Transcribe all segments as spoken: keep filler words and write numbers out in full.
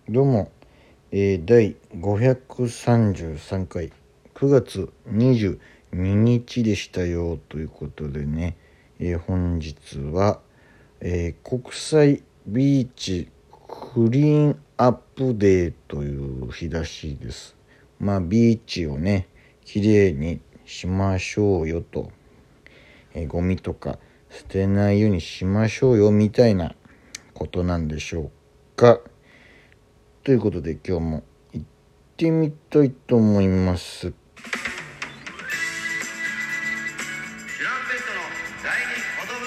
どうも、えー、だいごひゃくさんじゅうさんかいくがつにじゅうににちでしたよということでね、えー、本日は、えー、国際ビーチクリーンアップデーという日らしいです。まあビーチをねきれいにしましょうよと、えー、ゴミとか捨てないようにしましょうよみたいなことなんでしょうか。ということで今日も行ってみたいと思います。 シュランペットの第二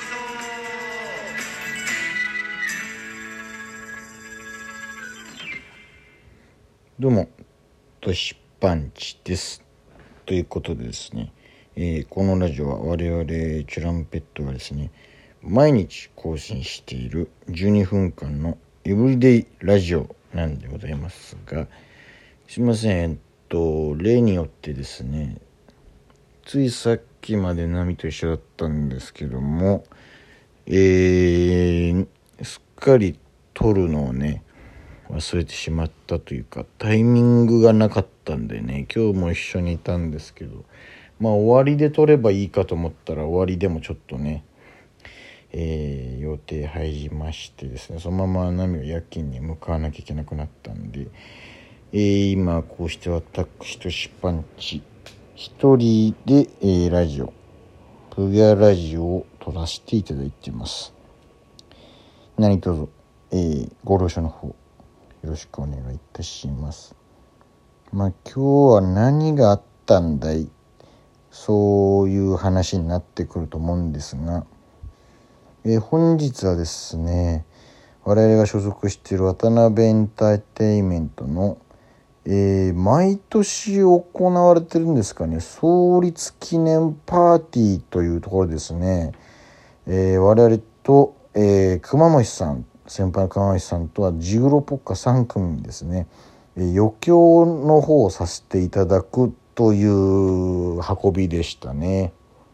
寿どうもトシパンチです。ということでですね、えー、このラジオは我々チュランペットがですね毎日更新しているじゅうにふんかんのエブリデイラジオなんでございますが、すいません、えっと例によってですねついさっきまでナミと一緒だったんですけども、えー、すっかり撮るのをね忘れてしまったというか、タイミングがなかったんでね、今日も一緒にいたんですけど、まあ終わりで撮ればいいかと思ったら終わりでもちょっとね、えー、予定入りましてですね、そのままナミは夜勤に向かわなきゃいけなくなったんで、えー、今こうして私とシパンチ一人で、えー、ラジオプギャラジオを撮らせていただいてます。何卒、えー、ご了承の方よろしくお願いいたします。まあ今日は何があったんだい、そういう話になってくると思うんですが、えー、本日はですね我々が所属している渡辺エンターテインメントの、えー、毎年行われてるんですかね、創立記念パーティーというところですね、えー、我々と、えー、熊虫さん先輩の熊虫さんとはジグロポッカさんくみですね、えー、余興の方をさせていただくという運びでしたね。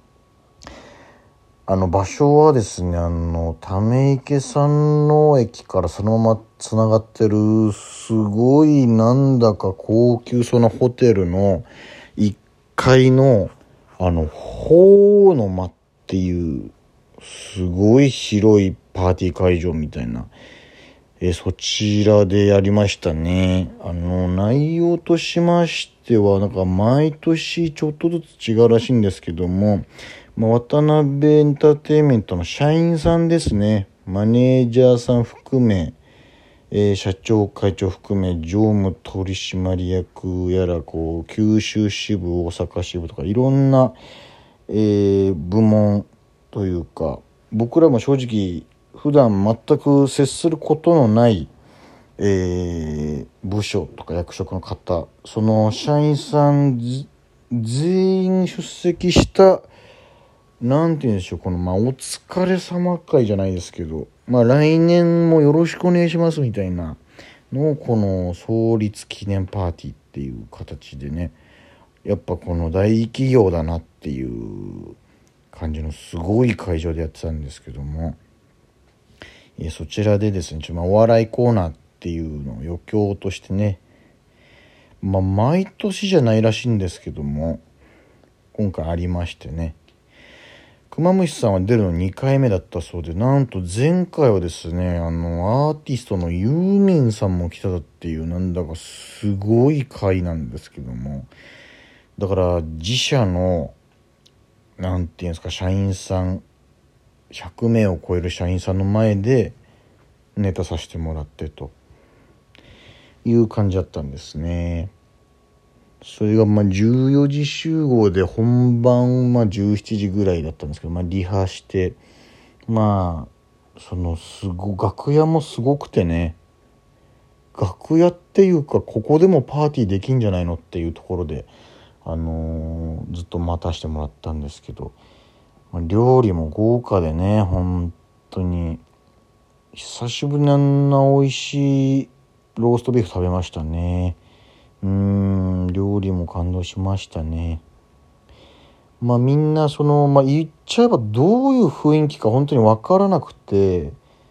あの場所はですね、あのため池山王駅からそのままつながってるすごいなんだか高級そうなホテルのいっかいのあの鳳の間っていうすごい広いパーティー会場みたいな、えそちらでやりましたね。あの内容としましてはなんか毎年ちょっとずつ違うらしいんですけども、まあ、渡辺エンターテインメントの社員さんですね、マネージャーさん含め、えー、社長会長含め常務取締役やらこう九州支部大阪支部とかいろんな、えー、部門というか、僕らも正直普段全く接することのない、えー、部署とか役職の方、その社員さん全員出席したなんて言うんでしょう、このまあお疲れ様会じゃないですけど、まあ来年もよろしくお願いしますみたいなのをこの創立記念パーティーっていう形でね、やっぱこの大企業だなっていう感じのすごい会場でやってたんですけども、えそちらでですね、ちょ、まあ、お笑いコーナーっていうのを余興としてね、まあ毎年じゃないらしいんですけども今回ありましてね、熊虫さんは出るのにかいめだったそうで、なんと前回はですね、あのアーティストのユーミンさんも来たっていう、なんだかすごい回なんですけども、だから自社のなんていうんですか、社員さんひゃくめいを超える社員さんの前でネタさせてもらってという感じだったんですね。それがまあじゅうよじ集合で本番まあじゅうしちじぐらいだったんですけど、まあリハして、まあそのすご楽屋もすごくてね、楽屋っていうかここでもパーティーできんじゃないのっていうところで、あのー、ずっと待たせてもらったんですけど、まあ、料理も豪華でね、本当に久しぶりにあんな美味しいローストビーフ食べましたね。うーん、料理も感動しましたね。まあみんなその、まあ、言っちゃえばどういう雰囲気か本当に分からなくて、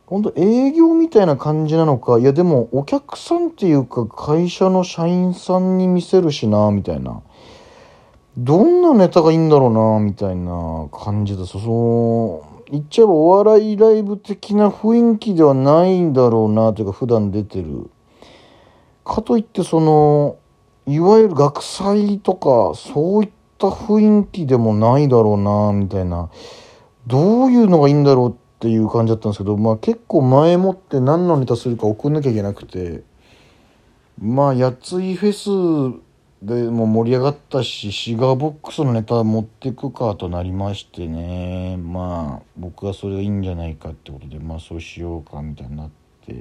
ほんと営業みたいな感じなのか、いやでもお客さんっていうか会社の社員さんに見せるしなみたいな、どんなネタがいいんだろうなみたいな感じです。その言っちゃえばお笑いライブ的な雰囲気ではないんだろうなというか、普段出てるかといってそのいわゆる学祭とかそういった雰囲気でもないだろうなみたいな、どういうのがいいんだろうっていう感じだったんですけど、まあ結構前もって何のネタするか送んなきゃいけなくて、まあやついフェスでも盛り上がったし、シガーボックスのネタ持ってくかとなりましてね、まあ僕はそれがいいんじゃないかってことで、まあそうしようかみたいになって、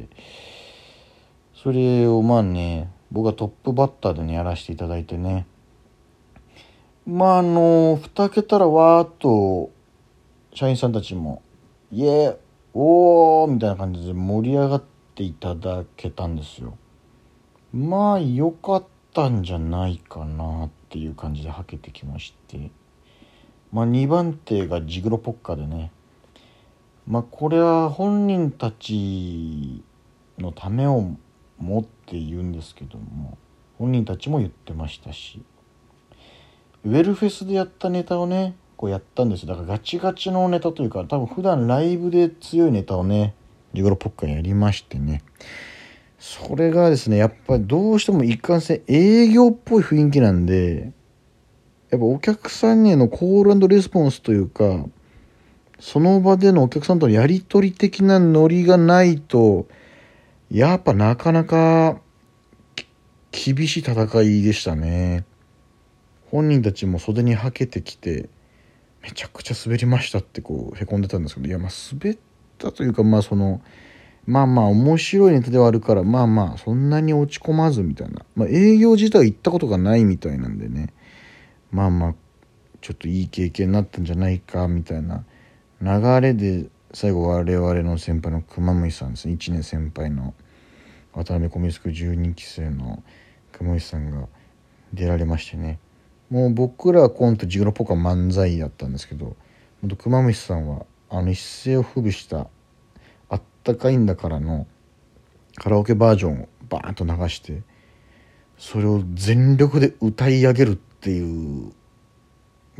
それをまあね僕がトップバッターでねやらせていただいてね、まああのに桁らわーっと社員さんたちもイエーおーみたいな感じで盛り上がっていただけたんですよ。まあ良かったんじゃないかなっていう感じではけてきまして、まあにばん手がジグロポッカでね、まあこれは本人たちのためをもって言うんですけども、本人たちも言ってましたし、ウェルフェスでやったネタをねこうやったんですよ。だからガチガチのネタというか、多分普段ライブで強いネタをねジグロポッカやりましてね、それがですねやっぱりどうしても一貫性営業っぽい雰囲気なんで、やっぱお客さんへのコール&レスポンスというか、その場でのお客さんとのやり取り的なノリがないとやっぱなかなか厳しい戦いでしたね。本人たちも袖にはけてきてめちゃくちゃ滑りましたってこうへこんでたんですけど、いやまあ滑ったというか、まあそのまあまあ面白いネタではあるから、まあまあそんなに落ち込まずみたいな、まあ営業自体行ったことがないみたいなんでね、まあまあちょっといい経験になったんじゃないかみたいな流れで、最後我々の先輩の熊虫さんですね、いちねん先輩の渡辺コミスクじゅうにき生の熊虫さんが出られましてね、もう僕らはコントジグロポカ漫才やったんですけど、熊虫さんはあの一世を風靡したあったかいんだからのカラオケバージョンをバーンと流して、それを全力で歌い上げるっていう、うん、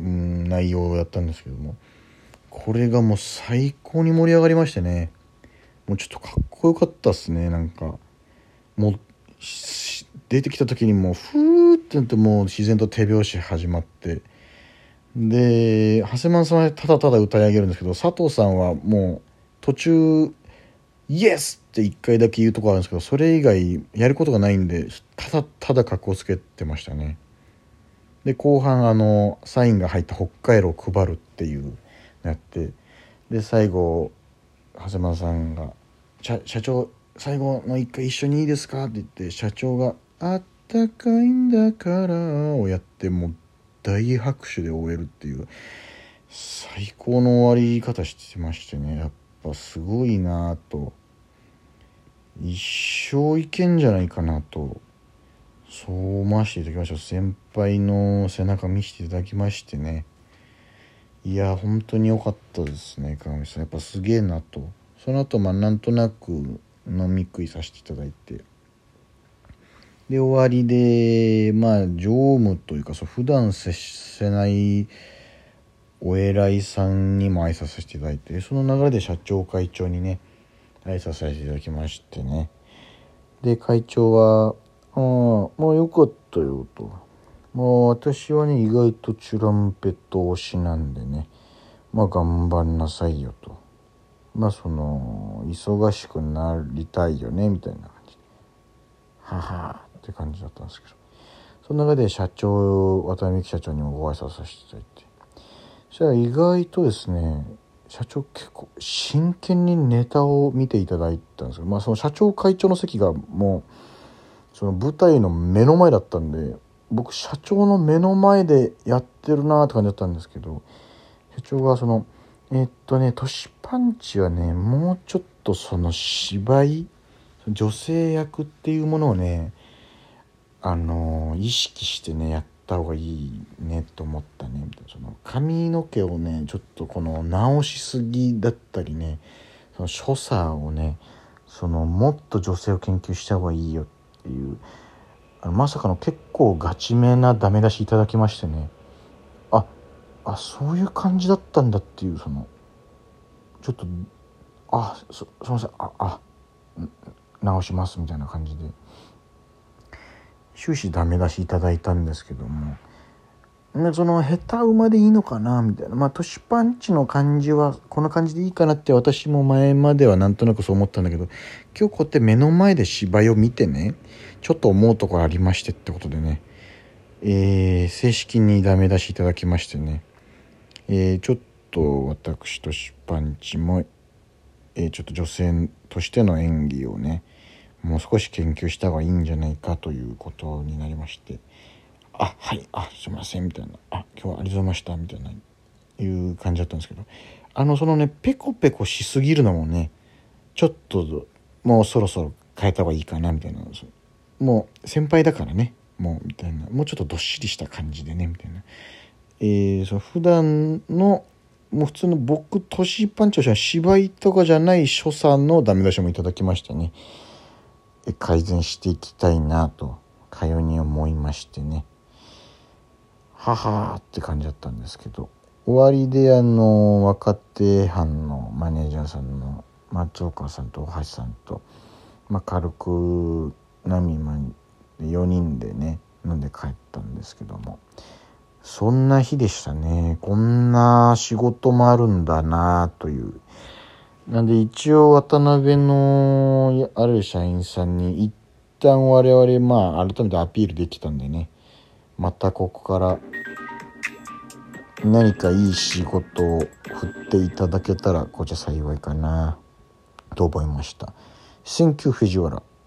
内容をやったんですけども、これがもう最高に盛り上がりましてね、もうちょっとかっこよかったっすね。なんかもう出てきた時にもうふーってなって、もう自然と手拍子始まって、で長谷川さんはただただ歌い上げるんですけど、佐藤さんはもう途中イエスって一回だけ言うとこあるんですけど、それ以外やることがないんでただただ格好つけてましたね。で後半あのサインが入った北海道を配るっていうのやって、で最後長谷川さんが社社長最後の一回一緒にいいですかって言って、社長があったかいんだからをやって、もう大拍手で終えるっていう最高の終わり方してましてね、やっぱすごいなと、一生いけんじゃないかなと、そう思わせていただきました。先輩の背中見せていただきましてね、いや本当に良かったですね。川上さんやっぱすげえなと。その後まあなんとなく飲み食いさせていただいて、で終わりでまあ常務というか、そう普段接せないお偉いさんにも挨拶させていただいて、その流れで社長会長にね挨拶させていただきましてね、で会長は「ああまあよかったよ」と「まあ私はね意外とチュランペット推しなんでね、まあ頑張んなさいよ」と、まあその忙しくなりたいよねみたいな感じ、ははーって感じだったんですけど、その中で社長渡辺美樹社長にもご挨拶させていただいて、そしたら意外とですね社長結構真剣にネタを見ていただいたんですけど、まあその社長会長の席がもうその舞台の目の前だったんで、僕社長の目の前でやってるなーって感じだったんですけど、社長がそのえー、っとねトシパンチはねもうちょっとその芝居女性役っていうものをねあのー、意識してねやった方がいいねと思ったねみたいな、その髪の毛をねちょっとこの直しすぎだったりね、 その所作をね、そのもっと女性を研究した方がいいよっていう、あのまさかの結構ガチめなダメ出しいただきましてね、ああそういう感じだったんだっていう、そのちょっとあすすみません、ああ直しますみたいな感じで終始ダメ出しいただいたんですけども、その下手馬でいいのかなみたいな、まあトシパンチの感じはこの感じでいいかなって私も前まではなんとなくそう思ったんだけど、今日こうやって目の前で芝居を見てね、ちょっと思うところありましてってことでね、えー、正式にダメ出しいただきましてね、えー、ちょっと私トシパンチも、えー、ちょっと女性としての演技をねもう少し研究した方がいいんじゃないかということになりまして、あはいあすいませんみたいな、あ今日はありがとうございましたみたいないう感じだったんですけど、あのそのねペコペコしすぎるのもねちょっともうそろそろ変えた方がいいかなみたいな、もう先輩だからねもうみたいな、もうちょっとどっしりした感じでねみたいな、えー、その普段のもう普通の僕トシパンチとしては芝居とかじゃない所作のダメ出しもいただきましてね、え改善していきたいなとかように思いましてね、ははーって感じだったんですけど、終わりであの若手班のマネージャーさんの松岡さんと大橋さんと、まあ、軽く波までよにんでね飲んで帰ったんですけども、そんな日でしたね。こんな仕事もあるんだなという。なんで一応渡辺のある社員さんに一旦我々まあ改めてアピールできたんでね、またここから何かいい仕事を振っていただけたらこちら幸いかなと思いました。センキュー藤原。